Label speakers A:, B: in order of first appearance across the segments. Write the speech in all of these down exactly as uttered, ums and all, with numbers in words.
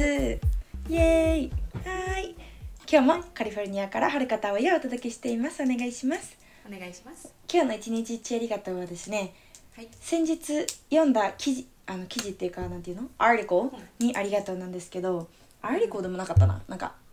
A: イエーイ。はい、今日もカリフォルニアからはるかたわやお届けしています。お願いします。
B: お願いします。
A: 今日の一日一ありがとうはですね、
B: はい、
A: 先日読んだ記事あの記事っていうかなんていうのアーティコルにありがとうなんですけど、アーティコルでもなかったな、なんか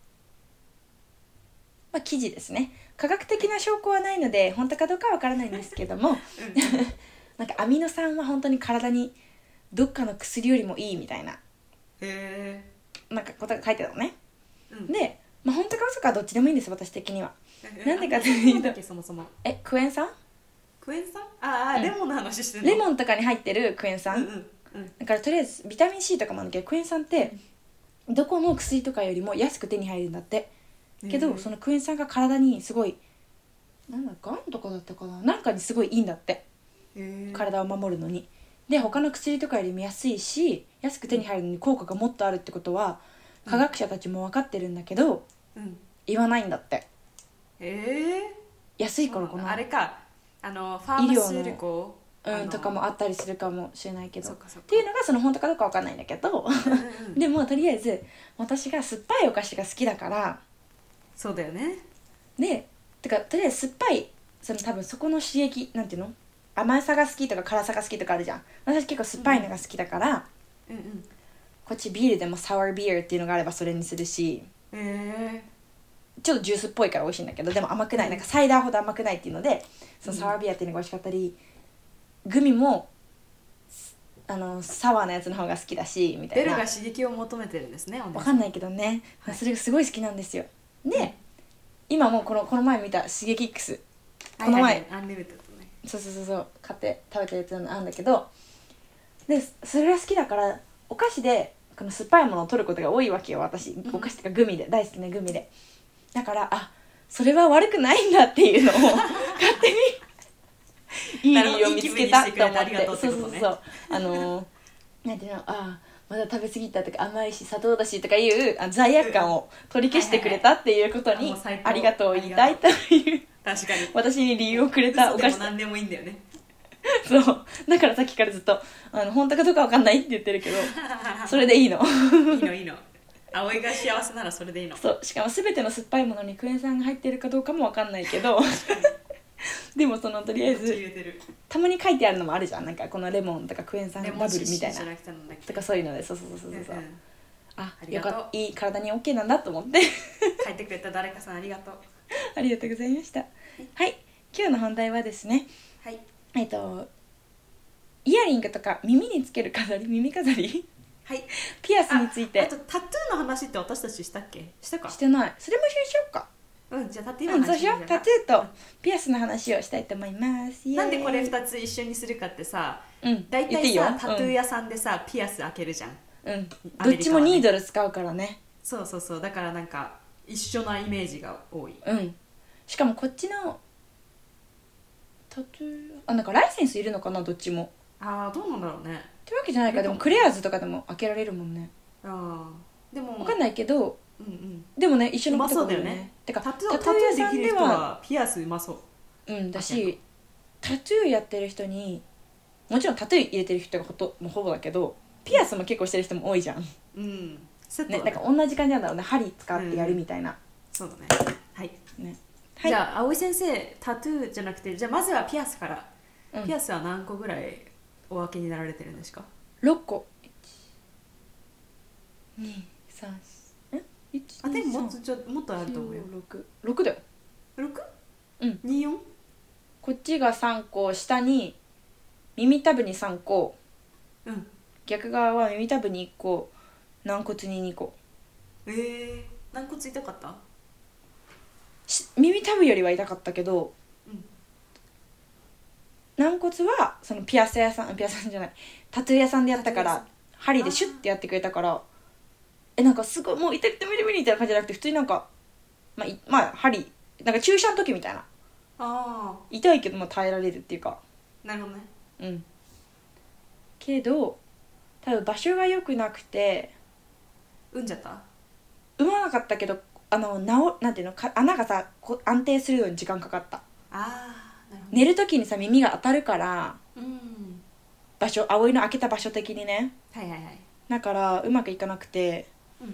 A: まあ記事ですね。科学的な証拠はないので本当かどうかはわからないんですけども、うん、なんかアミノ酸は本当に体にどっかの薬よりもいいみたいな
B: へ
A: なんかことが書いてたのね、うん、で、まあ、本当か嘘かどっちでもいいんです私的には。なんでかというと
B: そもそも
A: えクエン酸
B: クエン酸ああ、うん、レモンの話してるの。
A: レモンとかに入ってるクエン酸、うんうんうん、だからとりあえずビタミン C とかもあるけどクエン酸ってどこの薬とかよりも安く手に入るんだって。けどそのクエン酸が体にすごいなんだがんとかだったかななんかにすごいいいんだって。体を守るのに。で他の薬とかよりも安いし安く手に入るのに効果がもっとあるってことは科学者たちも分かってるんだけど、うん、言わないんだって。
B: え
A: ー、安いからかな。
B: あれかあのファーマシューティコ
A: うん、とかもあったりするかもしれないけどっていうのがその本当かどうか分かんないんだけど、うんうん、でもとりあえず私が酸っぱいお菓子が好きだから。
B: そうだよね。
A: でてかとりあえず酸っぱいその多分そこの刺激なんていうの甘さが好きとか辛さが好きとかあるじゃん。私結構酸っぱいのが好きだから、うんうん、こっちビールでもサワービールっていうのがあればそれにするし、えー、ちょっとジュースっぽいから美味しいんだけどでも甘くない、うん、なんかサイダーほど甘くないっていうのでそのサワービールっていうのが美味しかったり、うん、グミもあのサワーのやつの方が好きだしみたいな。
B: ベルが刺激を求めてるんですね。
A: わかんないけどね、はい、それがすごい好きなんですよ。で、うん、今もうこのこの前見たシゲキックスこの前、はいはいはい、アンリミテッドね。そうそうそうそう買って食べたやつなんだけどでそれが好きだからお菓子でこの酸っぱいものを取ることが多いわけよ私、うん、お菓子とかグミで大好きなグミでだからあそれは悪くないんだっていうのを勝手にいい理由を見つけたと思って、そうそうそうあのー、なんていうのあまだ食べ過ぎたとか甘いし砂糖だしとかいうあ罪悪感を取り消してくれたっていうことにありがとうを言いたいという
B: 確かに
A: 私に理由をくれたお菓子。
B: 嘘でも何でもいいんだよね。
A: そうだからさっきからずっとあの本当かどうか分かんないって言ってるけどそれでいいの
B: いいのいいの葵が幸せならそれでいいの。
A: そうしかも全ての酸っぱいものにクエン酸が入ってるかどうかも分かんないけどでもそのとりあえずたまに書いてあるのもあるじゃんなんかこのレモンとかクエン酸ダブルみたいなとかそういうのでそうそうそうそうそう、うんうん、ああよかったいい体に OK なんだと思って
B: 書いてくれた誰かさんありがとう
A: ありがとうございました。はい、今日の本題はですね、はい、えっとイヤリングとか耳につける飾り耳飾り、はい、ピアスについて。
B: あ, あとタトゥーの話って私たちしたっけしたか
A: してない。それも一緒にしようか。
B: うんじゃあタトゥーの話、うん、
A: そうしよう。タトゥーとピアスの話をしたいと思います。
B: なんでこれふたつ一緒にするかってさ、うん、だいたいさタトゥー屋さんでさ、うん、ピアス開けるじゃん、うん、
A: どっちもニードル使うからね。
B: そうそうそうだからなんか一緒なイメージが多い。
A: うんしかもこっちのタトゥーあなんかライセンスいるのかなどっちも。
B: ああどうなんだろうね。
A: ってわけじゃないか。でもクレアーズとかでも開けられるもんね。
B: ああでも
A: 分かんないけど、うんうん、でもね一緒のことだよね。てかタトゥー屋さんでは
B: ピアスうまそう。
A: うんだしタトゥーやってる人にもちろんタトゥー入れてる人がほともうほぼだけどピアスも結構してる人も多いじゃん。うんセットだね。ねなんか同じ感じなんだろうね。針使ってやるみたいな、うん、
B: そうだね。はいねはい、じゃあ葵先生タトゥーじゃなくてじゃあまずはピアスから、うん、ピアスは何個ぐらいお分けになられてるんですか。
A: ろっこいちにさんえいち
B: あでももっとちょもっとあると思うよ。
A: ろく ろくだよ。
B: ろく?
A: うん
B: にじゅうよん
A: こっちがさんこ下に耳たぶにさんこ、うん、逆側は耳たぶにいっこ軟骨ににこ。
B: えー、軟骨痛かった。
A: 耳たぶよりは痛かったけど、うん、軟骨はそのピアス屋さんピアス屋さんじゃないタトゥー屋さんでやったから針でシュッてやってくれたからえなんかすごいもう痛くて無理無理みたいな感じじゃなくて普通になんかまあ、まあ、針なんか注射の時みたいなあ痛いけどまあ耐えられるっていうか。
B: なるほどね。
A: うんけど多分場所が良くなくて
B: 産んじゃった
A: 産まなかったけどあのなおなんていうのか穴がさこ安定するのに時間かかった。あなるほど。寝る時にさ耳が当たるから、うん、場所葵の開けた場所的にね。はいはいはい。だからうまくいかなくて、うん、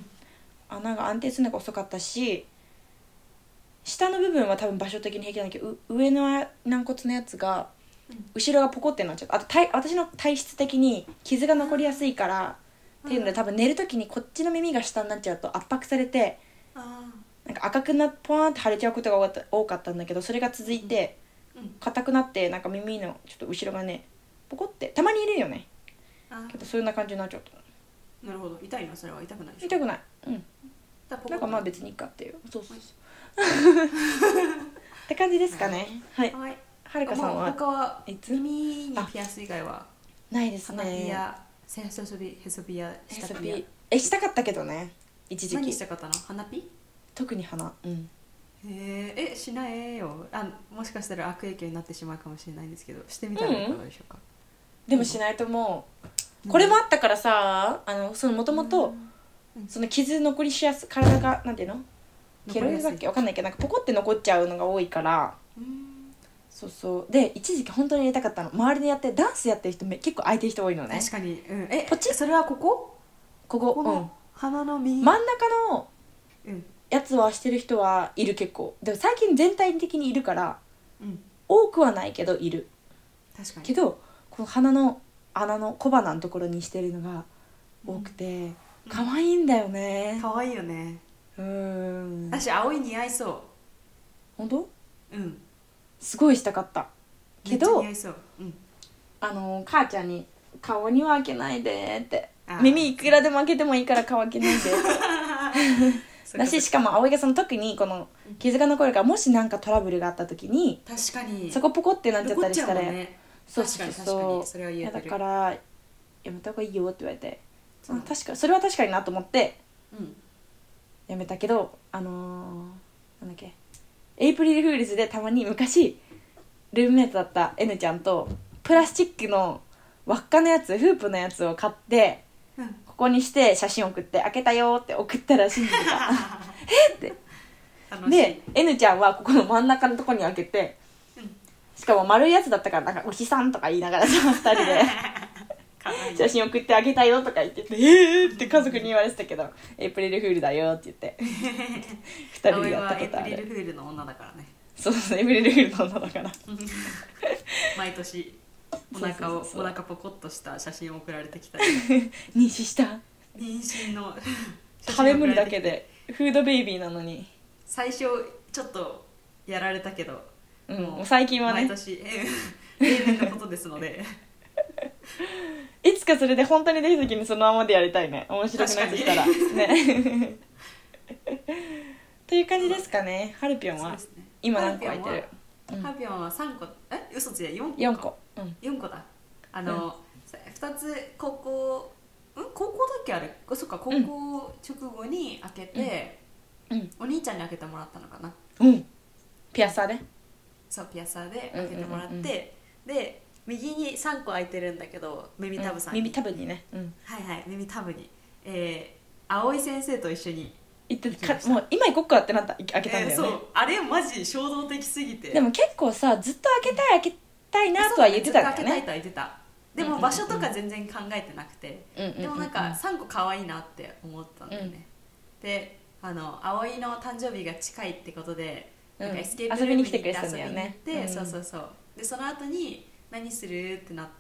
A: 穴が安定するのが遅かったし、下の部分は多分場所的に平気なんだけど、上の軟骨のやつが後ろがポコってなっちゃった。あと体私の体質的に傷が残りやすいから、うん、っていうので多分寝る時にこっちの耳が下になっちゃうと圧迫されて、あなんか赤くなポワーンって腫れちゃうことが多かったんだけど、それが続いて硬くなって、なんか耳のちょっと後ろがねポコってたまにいるよね。けどそんな感じになっちゃった。
B: なるほど。痛いの？それは痛くないでしょ？
A: 痛くない。うんなんかまあ別にいいかっていう。そうそうそうって感じですかね。はい、はい、はるかさんは
B: 他は耳にピアス以外は
A: ないですね。
B: 鼻ピア、ヘソピ、ヘソピア、
A: 下ピアえしたかったけどね、一時期。
B: 何したかったの？鼻ピ？
A: 特に鼻。うん
B: へえ、えしないよ。あ、もしかしたら悪影響になってしまうかもしれないんですけど、してみたらいかがでしょうか。
A: うん、でもしないと思う、うん、これもあったからさ、あのそのもともとその傷残りしやす、体がなんていうのケロイドだっけわかんないけど、なんかポコって残っちゃうのが多いから、うん、そうそうで一時期本当にやりたかったの。周りでやってダンスやってる人結構空いてる人多いのね。
B: 確かに、うん、えポチそれはここ
A: ここ、
B: ここの鼻の右、
A: うん、真ん中のやつはしてる人はいる結構。でも最近全体的にいるから、うん、多くはないけどいる。
B: 確かに。
A: けどこの鼻の穴の小鼻のところにしてるのが多くて、うん、可愛いんだよね。
B: 可愛いよね。うん。私葵似合いそう。
A: 本当？
B: うん。
A: すごいしたかったけど、
B: 似合いそう。うん。
A: あの母ちゃんに顔には開けないでって、耳いくらでも開けてもいいから顔開けないでってだし、しかも葵がその特にこの傷が残るから、もしなんかトラブルがあった時に
B: 確かに
A: そこポコってなっちゃったりしたら、
B: ね、そうそうそう、それは言えてる。
A: だからやめた方がいいよって言われて、うん、確かそれは確かになと思って、うん、やめたけど、あのー、なんだっけエイプリルフールズでたまに昔ルームメイトだった N ちゃんとプラスチックの輪っかのやつ、フープのやつを買って、うん、ここにして写真送って開けたよって送ったら信じてたえってで N ちゃんはここの真ん中のとこに開けて、うん、しかも丸いやつだったから、なんか牛さんとか言いながらさふたりで写真送ってあげたよとか言ってて、えーって家族に言われてたけどエイプリルフールだよって言ってふたりでやったことある。
B: エイプリルフールの女だからね。
A: そうそう、エイプリルフールの女だから
B: 毎年お腹をお腹ポコッとした写真を送られてきたり
A: 妊娠した
B: 妊娠の
A: 食べ物だけでフードベイビーなのに。
B: 最初ちょっとやられたけど、
A: うん、もう最近はね
B: 毎年例年のことですので
A: いつかそれで本当に出た時にそのままでやりたいね。面白くなってきたらねという感じですかね。はるぴょんは、ね、今何個空いてる？
B: はるぴょんはさんこ、え嘘ついよんこか。
A: よんこ、うん、
B: よんこだ。あの、うん、ふたつ高校ん高校だっけあれ。そっか、高校直後に開けて、うんうん、お兄ちゃんに開けてもらったのかな。
A: うん。ピアサーで。
B: そうピアサーで開けてもらって、うんうんうんうん、で右にさんこ開いてるんだけど、耳たぶさんに、
A: うん、耳たぶにね、うん、
B: はいはい、耳たぶに、えー、葵先生と一緒に
A: 行ってか、もう今行こっかってなった開けたんだよね、えー、
B: そうあれマジ衝動的すぎて。
A: でも結構さずっと開けたい開けたいなとは言ってたんだよね。
B: ずっと開けたいとは言ってた。でも場所とか全然考えてなくて、うんうんうん、でもなんかさんこ可愛いなって思ったんだよね、うん、であの葵の誕生日が近いってことで、なんかエスケープルームに行って遊びに行って、ね、うん、そうそうそう。でその後に何するってなって、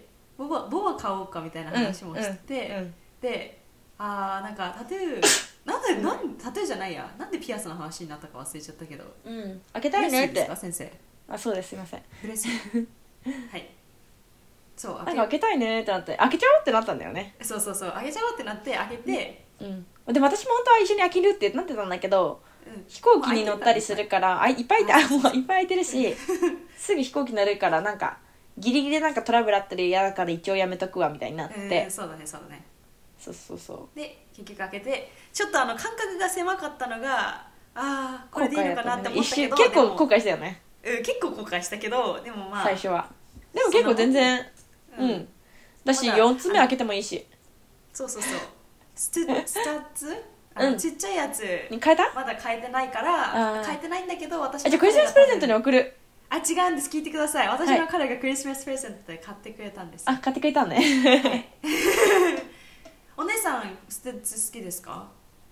B: ボバボバ買おうかみたいな話もしてて、うんうんうん、であーなんかタトゥーなんでなんタトゥーじゃないや、なんでピアスの話になったか忘れちゃったけど、
A: うん、開けたいねって。
B: ですか先生。
A: あ、そうです、すいません。
B: ブレスはい。そう、
A: なんか開けたいねってなって開けちゃおうってなったんだよね。
B: そうそうそう、開けちゃおうってなって開けて、
A: うん、でも私も本当は一緒に開けるってなってたんだけど、うん、飛行機に乗ったりするからあいっぱいいたもういっぱい空いてるしすぐ飛行機乗るからなんかギリギリなんかトラブルあったら嫌だから一応やめとくわみたいになって、
B: えー、そうだねそうだね。
A: そうそうそう。
B: で結局開けてちょっとあの間隔が狭かったのがあーこれでいいのかなって思ったけど、
A: 結構後悔したよね。
B: うん、結構後悔したけどでもまあ
A: 最初はでも結構全然うん、うん、だし、ま、よっつめ開けてもいいし。
B: そうそうそうスタスタッツあの、うん、ちっちゃいやつ
A: 変えた？
B: まだ変えてないから変えてないんだけど、私
A: じゃあクリスマスプレゼントに送る。
B: あ、違うんです、聞いてください。私の彼がクリスマスプレゼントで買ってくれたんです。
A: あ、買ってくれたんね、はい、
B: お姉さんステッツ好きですか？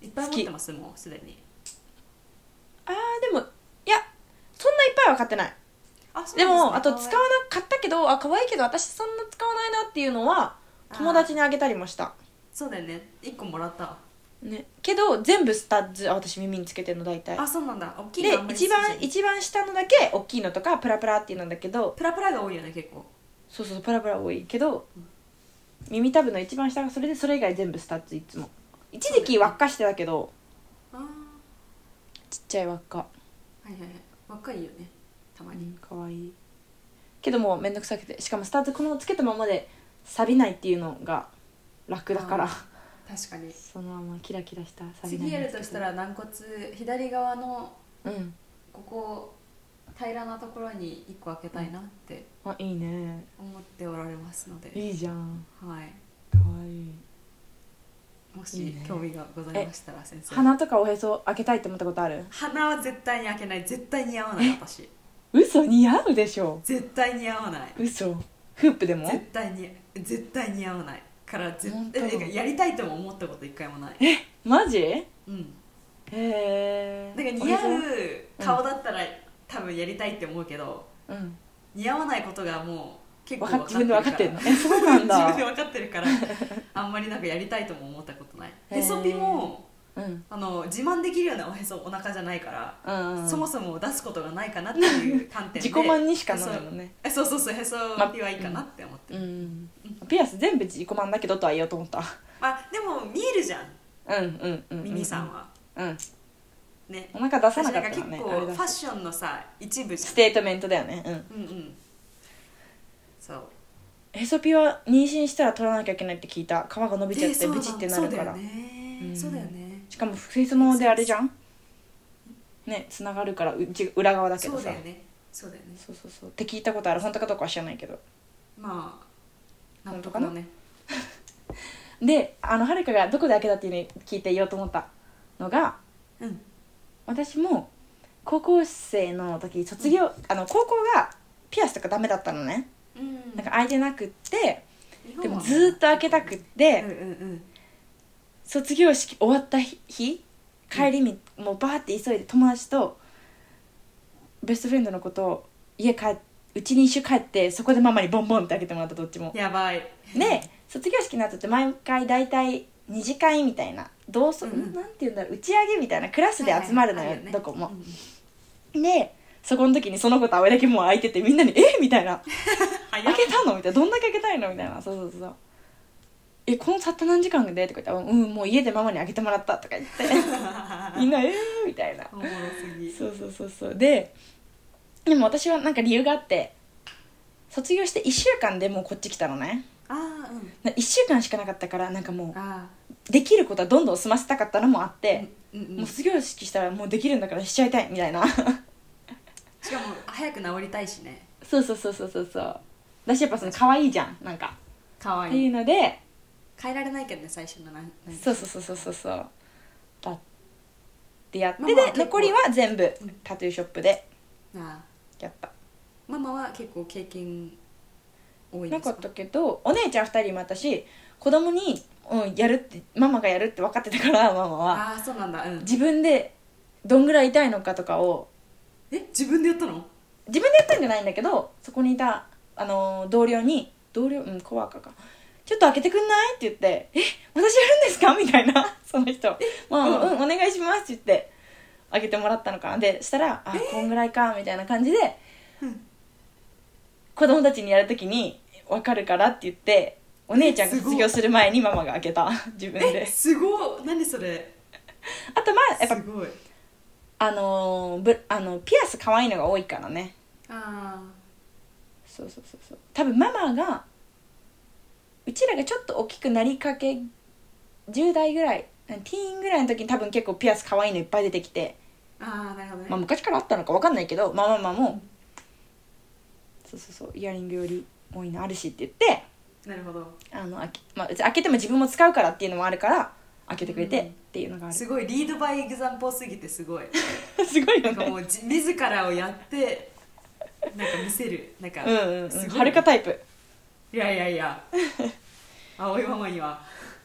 B: いっぱい持ってますもんすでに。
A: あーでもいやそんないっぱいは買ってない。
B: あ、そう
A: で
B: なんですね。
A: もあと使わなかったけどあ可愛いけど私そんな使わないなっていうのは友達にあげたりもした。
B: そうだよね、いっこもらったわ
A: ね、けど全部スタッズ私耳につけてるの大体。
B: あ、そうなんだ。大きい
A: で
B: のあんまり好き
A: 一
B: じゃない。
A: 番一番下のだけ大きいのとかプラプラっていうのだけど、
B: プラプラが多いよね結構。
A: そうそうプラプラ多いけど、うん、耳たぶの一番下がそれでそれ以外全部スタッズいつも。一時期輪っかしてたけど、
B: あ
A: ちっちゃい輪っか。
B: はいはいはい、輪っかいいよねたまに、
A: うん、かわいいけどもめんどくさくて、しかもスタッズこのつけたままで錆びないっていうのが楽だから。
B: 確かに
A: そのままキラキラした
B: 錆びない。次やるとしたら軟骨左側の
A: うん
B: ここ平らなところにいっこ開けたいなって
A: あいいね
B: 思っておられますので、
A: いいじゃん。
B: はい
A: かわいい。
B: もし
A: いいね
B: 興味がございましたら先生。
A: 鼻とかおへそ開けたいって思ったことある？
B: 鼻は絶対に開けない。絶対似合わない私。
A: 嘘似合うでしょ。
B: 絶対似合わない。
A: 嘘フープでも？
B: 絶対に絶対似合わないから絶対やりたいとも思ったこと一回もない。
A: えマジ？
B: うん
A: へえ。
B: だから似合う顔だったら、うん、多分やりたいって思うけど、うん、似合わないことがもう結構分かってるから。自分で分かってるの？えそうなんだ。自分で分かってるからあんまりなんかやりたいとも思ったことない。へそピも、うん、あの自慢できるようなおへそお腹じゃないから、うんうん、そもそも出すことがないかなっていう観点で自己満にしかなるのね。そうそうそうへそピはいいかなって思ってる、まうん
A: うん、ピアス全部自己満だけどとは言おうと思った。
B: まあでも見えるじゃん。うんうんうん、うん、ミニさんは
A: うん
B: ね、
A: お腹出さなかったらね。
B: 結構ファッションのさ一部じゃん。
A: ステートメントだよね。うん、うんうんそうへそピは妊娠したら取らなきゃいけないって聞いた。皮が伸びちゃってブチってなるから。
B: そうだよね。
A: しかもフェイスものであれじゃんね、つながるからうち裏側だけどさ。
B: そうだよねそうだよね。
A: そうそうそうって聞いたことある。本当かどうかは知らないけど。
B: まあ本当かなね。
A: であのはるかがどこで開けたっていうのを聞いて言おうと思ったのが、うん、私も高校生の時卒業、うん、あの高校がピアスとかダメだったのね、うん、なんか開いてなくってでもずっと開けたくって、うんうんうん、卒業式終わった日帰りにもうバーって急いで友達とベストフレンドのことを家帰うちに一緒帰ってそこでママにボンボンって開けてもらった。どっちも
B: やばい。
A: で卒業式の後って毎回大体二次会みたいな同窓、うん、なんていうんだろう打ち上げみたいなクラスで集まるのよ、はいはいね、どこも、うん、でそこの時にその子と青いだけもう開いててみんなにえみたいな開けたのみたいなどんだけ開けたいのみたいなそうそうそうえこのたった何時間でとか言ってうんもう家でママに開けてもらったとか言ってみんなえーみたいな
B: おもろすぎ。
A: そうそうそうそうででも私はなんか理由があって卒業していっしゅうかんでもうこっち来たのね。あ、うん、いっしゅうかんしかなかったからなんかもうできることはどんどん済ませたかったのもあって、うんうんうん、もう卒業式したらもうできるんだからしちゃいたいみたいなしかも
B: 早く治りたいしね。
A: そうそうそうそうそうそうだしやっぱその可愛いじゃんなんか
B: 可愛い
A: っていうので
B: 変えられないけどね最初のな
A: そうそうそうそうそうそうだってやって、まあまあ、で残りは全部タトゥーショップでやった。
B: ママは結構経験多い
A: ですか？なかったけどお姉ちゃんふたりもあったし子供に、うん、やるってママがやるって分かってたからママは
B: あそうなんだ、うん、
A: 自分でどんぐらい痛いのかとかを
B: え自分でやったの？
A: 自分でやったんじゃないんだけどそこにいた、あのー、同僚に同僚うんコワーカーかちょっと開けてくんないって言ってえ私やるんですかみたいなその人まあ、うん、うん、お願いしますって言って開けてもらったのかな。でしたらあこんぐらいかみたいな感じで、うん、子供たちにやるときに分かるからって言ってお姉ちゃんが卒業する前にママが開けた自分で。
B: えすごい何それ。
A: あとまあやっぱ
B: すごい
A: あのー、あのピアス可愛いのが多いからね。あそうそうそうそう多分ママがうちらがちょっと大きくなりかけじゅう代ぐらいティーンぐらいの時に多分結構ピアス可愛いのいっぱい出てきて
B: あなるほどね、
A: まあ、昔からあったのか分かんないけどまあまあまあもう、うん、そうそうそうイヤリングより多いのあるしって言って
B: なるほど
A: あの開け、まあ、開けても自分も使うからっていうのもあるから開けてくれてっていうのがある、うん、
B: すごいリードバイエグザンポーすぎてすごい
A: すごいよね。
B: なんかもう自らをやってなんか見せるなんか
A: うんうん、うん、はるかタイプ。
B: いやいやいや葵ママには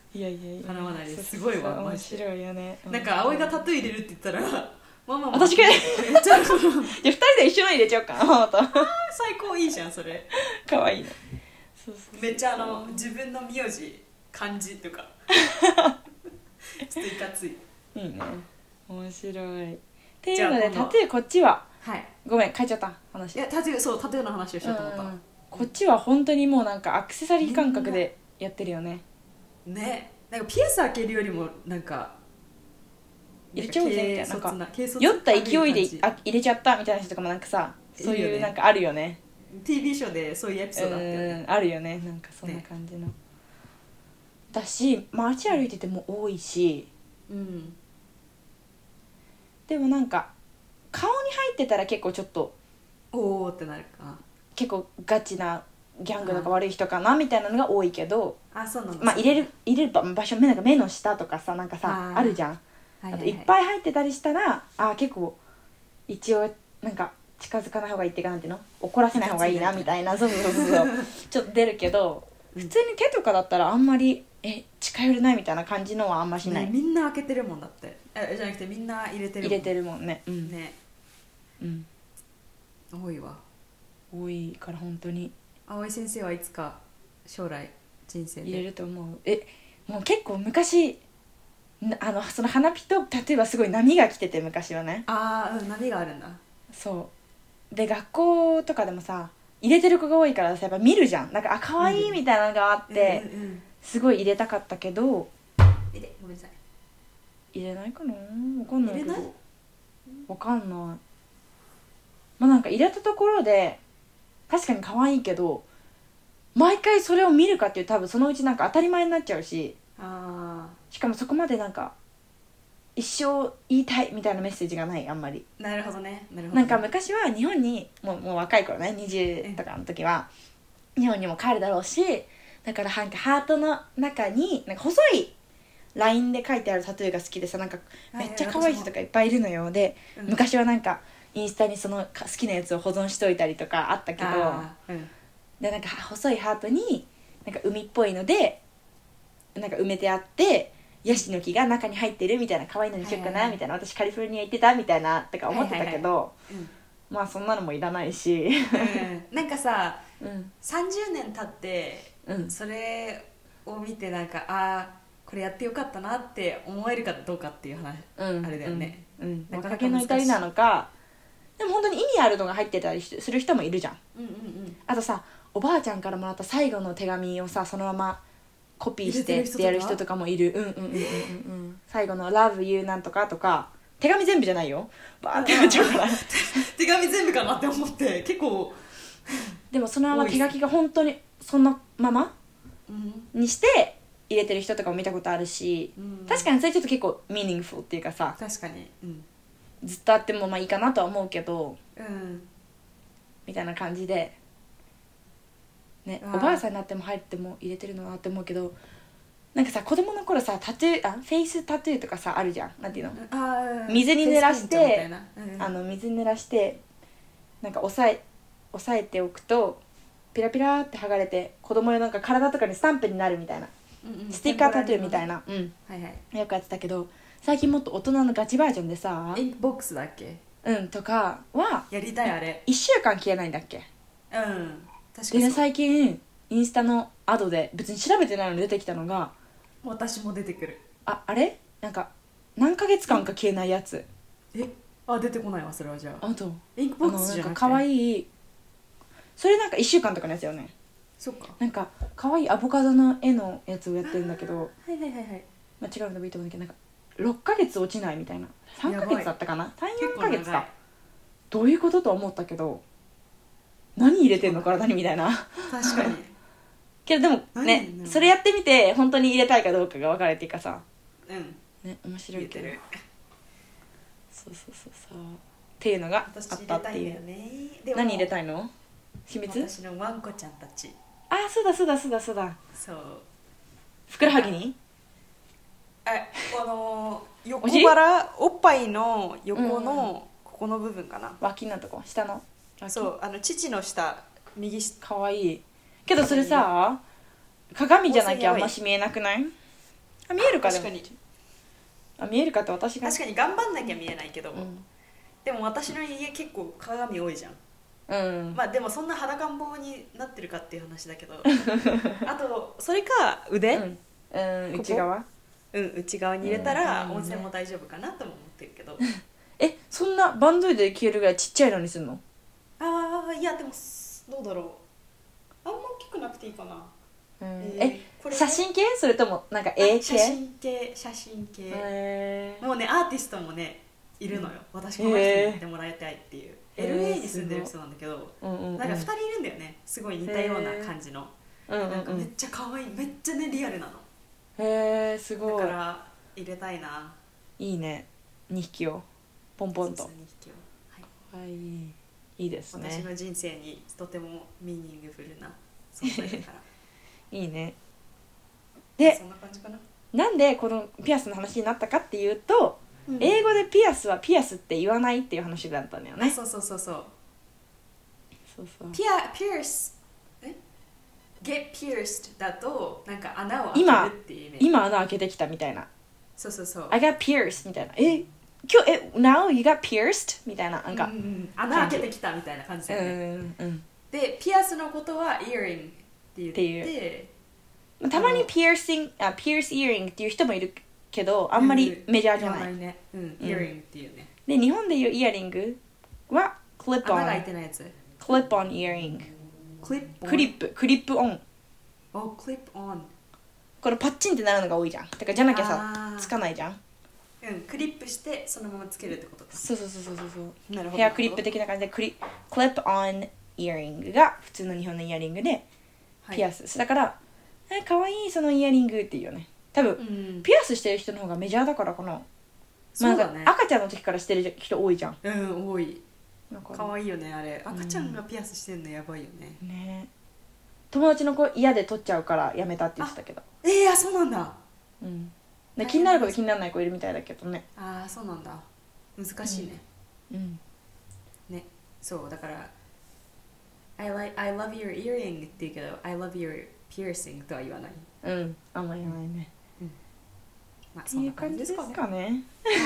A: いやいやいや
B: 叶わないです。すごいわ
A: 面白いよね。
B: なんか葵がタトゥー入れるって言ったらママも
A: 私がめっちゃじゃあふたりで一緒の入れちゃおうかな。また
B: 最高いいじゃんそれ。
A: かわいいね。そうそうそう
B: めっちゃあの自分の名字漢字とかちょっといかつい。
A: いいね、面白い。っていうのでタトゥーこっちは、
B: はい、
A: ごめん変えちゃった話。
B: いやタトゥーそうタトゥーの話をしようと思った、うんうん、
A: こっちは本当にもうなんかアクセサリー感覚でやってるよね。
B: ね、なんかピアス開けるよりもなんか
A: 入れちゃおうぜみたいな、なんか酔った勢いであ入れちゃったみたいな人とかもなんかさ、そういうなんかあるよね。
B: ティービー ショーでそういうエピソードあったよね。
A: あるよね、なんかそんな感じの、ね、だし街歩いてても多いし、うん、でもなんか顔に入ってたら結構ちょっと
B: おーってなるか、結
A: 構ガチなギャングとか悪い人かなみたいなのが多いけど、
B: あそうなんです、ね、
A: まあ入れる入れる場所、なんか目の下とかさ、なんかさ あ, あるじゃん、はいはいはい、あといっぱい入ってたりしたらあ結構一応なんか近づかない方がいいっていうか、なんていうの、怒らせない方がいいなみたいな、そうそうそうそうちょっと出るけど、普通に手とかだったらあんまりえ近寄れないみたいな感じのはあんましない、
B: ね、みんな開けてるもんだって、えじゃなくてみんな入れてるもん、
A: 入れてるもんね、うん、
B: ね、
A: うん、
B: 多いわ、
A: 多いから本当に。
B: 葵先生はいつか将来人生で
A: 入れると思う。えもう結構昔あのその花火と例えばすごい波が来てて、昔はね、
B: ああ、うん、波があるんだ。
A: そうで学校とかでもさ入れてる子が多いからさ、やっぱ見るじゃん、なんかあ可愛いみたいなのがあって、うんうんうん、すごい入れたかったけど、
B: 入れごめんなさい
A: 入れないかな、分かんないけど、分かんない。まあなんか入れたところで確かに可愛いけど、毎回それを見るかっていう多分そのうちなんか当たり前になっちゃうし、あしかもそこまでなんか一生言いたいみたいなメッセージがない、あんまり。
B: なるほどね、なるほどね。
A: なんか昔は日本にもう、もう若い頃ね、にじゅうとかの時は日本にも帰るだろうし、だからなんかハートの中になんか細いラインで書いてあるタトゥーが好きでさ、なんかめっちゃ可愛い人とかいっぱいいるのよ。で、うん、昔はなんかインスタにその好きなやつを保存しといたりとかあったけど、うん、でなんか細いハートになんか海っぽいのでなんか埋めてあって、ヤシの木が中に入ってるみたいな、可愛いのにしようかなみたいな、私カリフォルニア行ってたみたいなとか思ってたけど、はいはいはい、うん、まあそんなのもいらないし、
B: うん、なんかさ、うん、さんじゅうねん経って、うん、それを見てなんかあこれやってよかったなって思えるかどうかっていう話、うん、あれだよね、うんうん、
A: 若気の至りなのか、でも本当に意味あるのが入ってたりする人もいるじゃん、うんうんうん、あとさおばあちゃんからもらった最後の手紙をさそのままコピーしてってやる人とかもいる。うんうんうんうんうん、えー、最後の Love you なんとかとか、手紙全部じゃないよ、バーってなっちゃうから
B: 手紙全部かなって思って結構
A: でもそのまま手書きが本当にそのままにして入れてる人とかも見たことあるし、うん、確かにそれちょっと結構ミーニングフルっていうかさ、
B: 確かに、うん、
A: ずっとあってもまあいいかなとは思うけど、うん、みたいな感じでね、おばあさんになっても入っても入れてるのなって思うけど、なんかさ子供の頃さタトゥーあフェイスタトゥーとかさあるじゃん、なんていうの、あ水に濡らして、うん、あの水に濡らしてなんか押さえ押さえておくとピラピラって剥がれて子供のなんか体とかにスタンプになるみたいな、うんうん、ステッカータトゥーみたいな、うん、はいはい、よくやってたけど、最近もっと大人のガチバージョンでさ
B: インクボックスだっけ、
A: うんとかは
B: やりたいあれ
A: いっしゅうかん消えないんだっけ、
B: うん
A: でね、最近インスタのアドで別に調べてないのに出てきたのが、
B: 私も出てくる、
A: ああれなんか何ヶ月間か消えないやつ、
B: えあ出てこないわそれは。じゃああとインクボックスじゃなくて
A: なんか可愛い、それなんかいっしゅうかんとかのやつよね。
B: そっか、
A: なんか可愛いアボカドの絵のやつをやってるんだけど、
B: はいはいはいはい、
A: まあ、違うのでもいいと思うんだけど、なんかろっかげつ落ちないみたいな、さんかげつだったかな、さん、よんかげつか、どういうことと思ったけど、何入れてんの体にみたいな
B: 確かに
A: けどでもね、それやってみて本当に入れたいかどうかが分かるっていうかさ、うんね、面白いけど、そうそうそうそうっていうのがあったっていう。
B: ね、
A: 何入れたいの？秘密？
B: 私のワンコちゃんたち。
A: ああそうだそうだそうだそうだ、
B: そう
A: ふくらはぎに
B: えあのー、横腹おっぱいの横のここの部分かな、
A: うん、脇のとこ下の、
B: そうあの乳の下右下、
A: かわいいけどそれさ鏡じゃなきゃあんまし見えなくない？ あ見えるか
B: 確かに
A: あ見えるかって私が
B: 確かに頑張んなきゃ見えないけど、
A: うん、
B: でも私の家結構鏡多いじゃん、
A: うん、
B: まあでもそんな裸ん坊になってるかっていう話だけどあとそれか腕、
A: うん、うん、内側
B: うん内側に入れたら温泉も大丈夫かなとも思ってるけど、うん、
A: えそんなバンドイドで消えるぐらいちっちゃいのにするの？
B: ああいやでもどうだろうあんま大きくなくていいかな、
A: うん、え, えこれ、ね、写真系それともなんか絵系？
B: 写真系写真系、えー、もうねアーティストもねいるのよ、うん、私この人にやってもらいたいっていう、えー、エルエー に住んでる人なんだけど、うんうんうん、なんかふたりいるんだよねすごい似たような感じの、えー、なんかめっちゃ可愛いめっちゃねリアルなの
A: へえー、すごい
B: だから入れたいな。い
A: いねにひきをポンポンと
B: そうそうにひきを、
A: はい、はい、いいですね。
B: 私の人生にとてもミーニングフルな存在だから
A: いいね。で
B: そんな感じかな。
A: なんでこのピアスの話になったかっていうと、うん、英語でピアスはピアスって言わないっていう話だったんだよね。
B: そうそうそうそう
A: そうそう
B: ピアピアスえ get pierced だとなんか穴を開けるっていうイメージ。
A: 今穴開けてきたみたいな。
B: そうそうそう
A: I got pierced みたいな。え今日え now you got pierced みたいななんか、うんうん、
B: 穴開けてきたみたいな感じだよね、うんうん、でピアスのことは earring って言ってって
A: たまにピアーシングあピアースイヤリングっていう人もいるけどあんまりメジャーじゃない、うん
B: ねうん、イヤリングっていうね。
A: で日本でいうイヤリングはクリップオン。
B: 穴が開いてないやつ。
A: クリップオンイヤリング。
B: クリップ
A: クリップクリップオン。
B: おクリップオン。こ
A: れパッチンってなるのが多いじゃん。だからじゃなきゃさつかないじゃん。
B: うんクリップしてそのままつけるってことか。
A: そうそうそうそうそう。なるほど。ヘアクリップ的な感じでクリクリップオンイヤリングが普通の日本のイヤリングで、はい、ピアス。だからえ可愛いそのイヤリングっていうよね。多分、うん、ピアスしてる人の方がメジャーだからかな。
B: そうだね。
A: まあ、赤ちゃんの時からしてる人多いじゃん。
B: うん多い。可愛いよねあれ。赤ちゃんがピアスしてるのやばいよね。
A: うん、ね。友達の子嫌で取っちゃうからやめたって言ってたけど。
B: えー、あそうなんだ。
A: うん。で気になる子と気にならない子いるみたいだけどね。
B: ああそうなんだ。難しいね。
A: うん。うん、
B: ねそうだから I like I love your earring って言うけど I love your piercing とは言わない。
A: うん、あんまり言わないね。
B: うん。まあそんな感じですかね。
A: かね。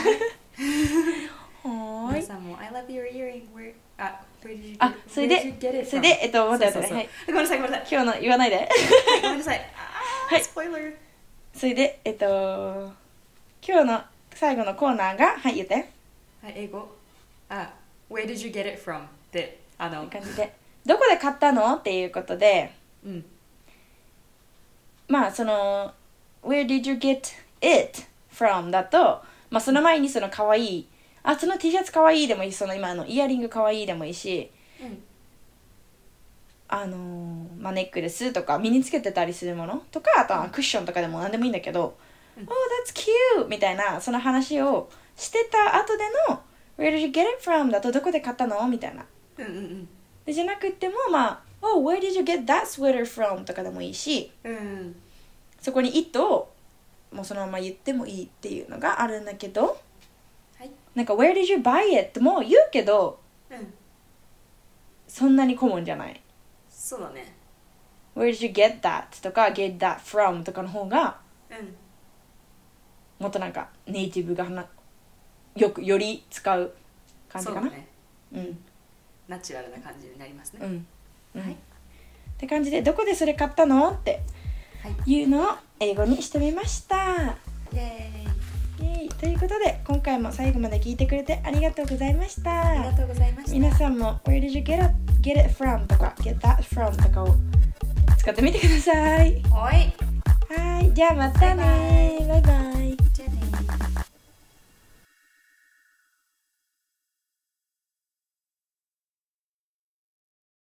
A: はい。
B: 皆さんも I love your earring where あ where did you
A: あそれでそれでえっと待って待ってはい。
B: ごめんなさいごめんなさい。
A: 今日の言わないで。
B: ごめんなさい。はい。スポイラー。
A: それでえっと今日の最後のコーナーがはい言って。
B: はい、英語あ Where did you get it from? ってあの
A: 感じでどこで買ったのっていうことで、
B: うん、
A: まあその Where did you get it from? だと、まあ、その前にその可愛いあその T シャツ可愛いでもいいしその今のイヤリング可愛いでもいいし、
B: うん、
A: あのまあ、ネックレスとか身につけてたりするものとかあとはクッションとかでも何でもいいんだけど、うん、Oh that's cute みたいなその話をしてた後での Where did you get it from? だとどこで買ったのみたいな、
B: うんうんうん、
A: でじゃなくてもまあ Oh where did you get that sweater from? とかでもいいし、
B: うん、
A: そこに it をもうそのまま言ってもいいっていうのがあるんだけど、
B: はい、
A: なんか Where did you buy it? も言うけど、
B: うん、
A: そんなにコモンじゃない。
B: そうだね。
A: Where did you get that? とか get that from? とかの方が、
B: うん、
A: もっとなんかネイティブが話よくより使う感じかな。そうだね、うん、
B: ナチュラルな感じになりますね。
A: うん、うん、はい。って感じでどこでそれ買ったのっていうのを英語にしてみました。
B: イエ
A: ーイ。イエーイということで今回も最後まで聞いてくれてありがとうございました。
B: ありがとうございました。
A: 皆さんも Where did you get it, get it from? とか get that from? とかを使ってみてください。
B: はい。
A: はい。じゃあまたね。バイバイ。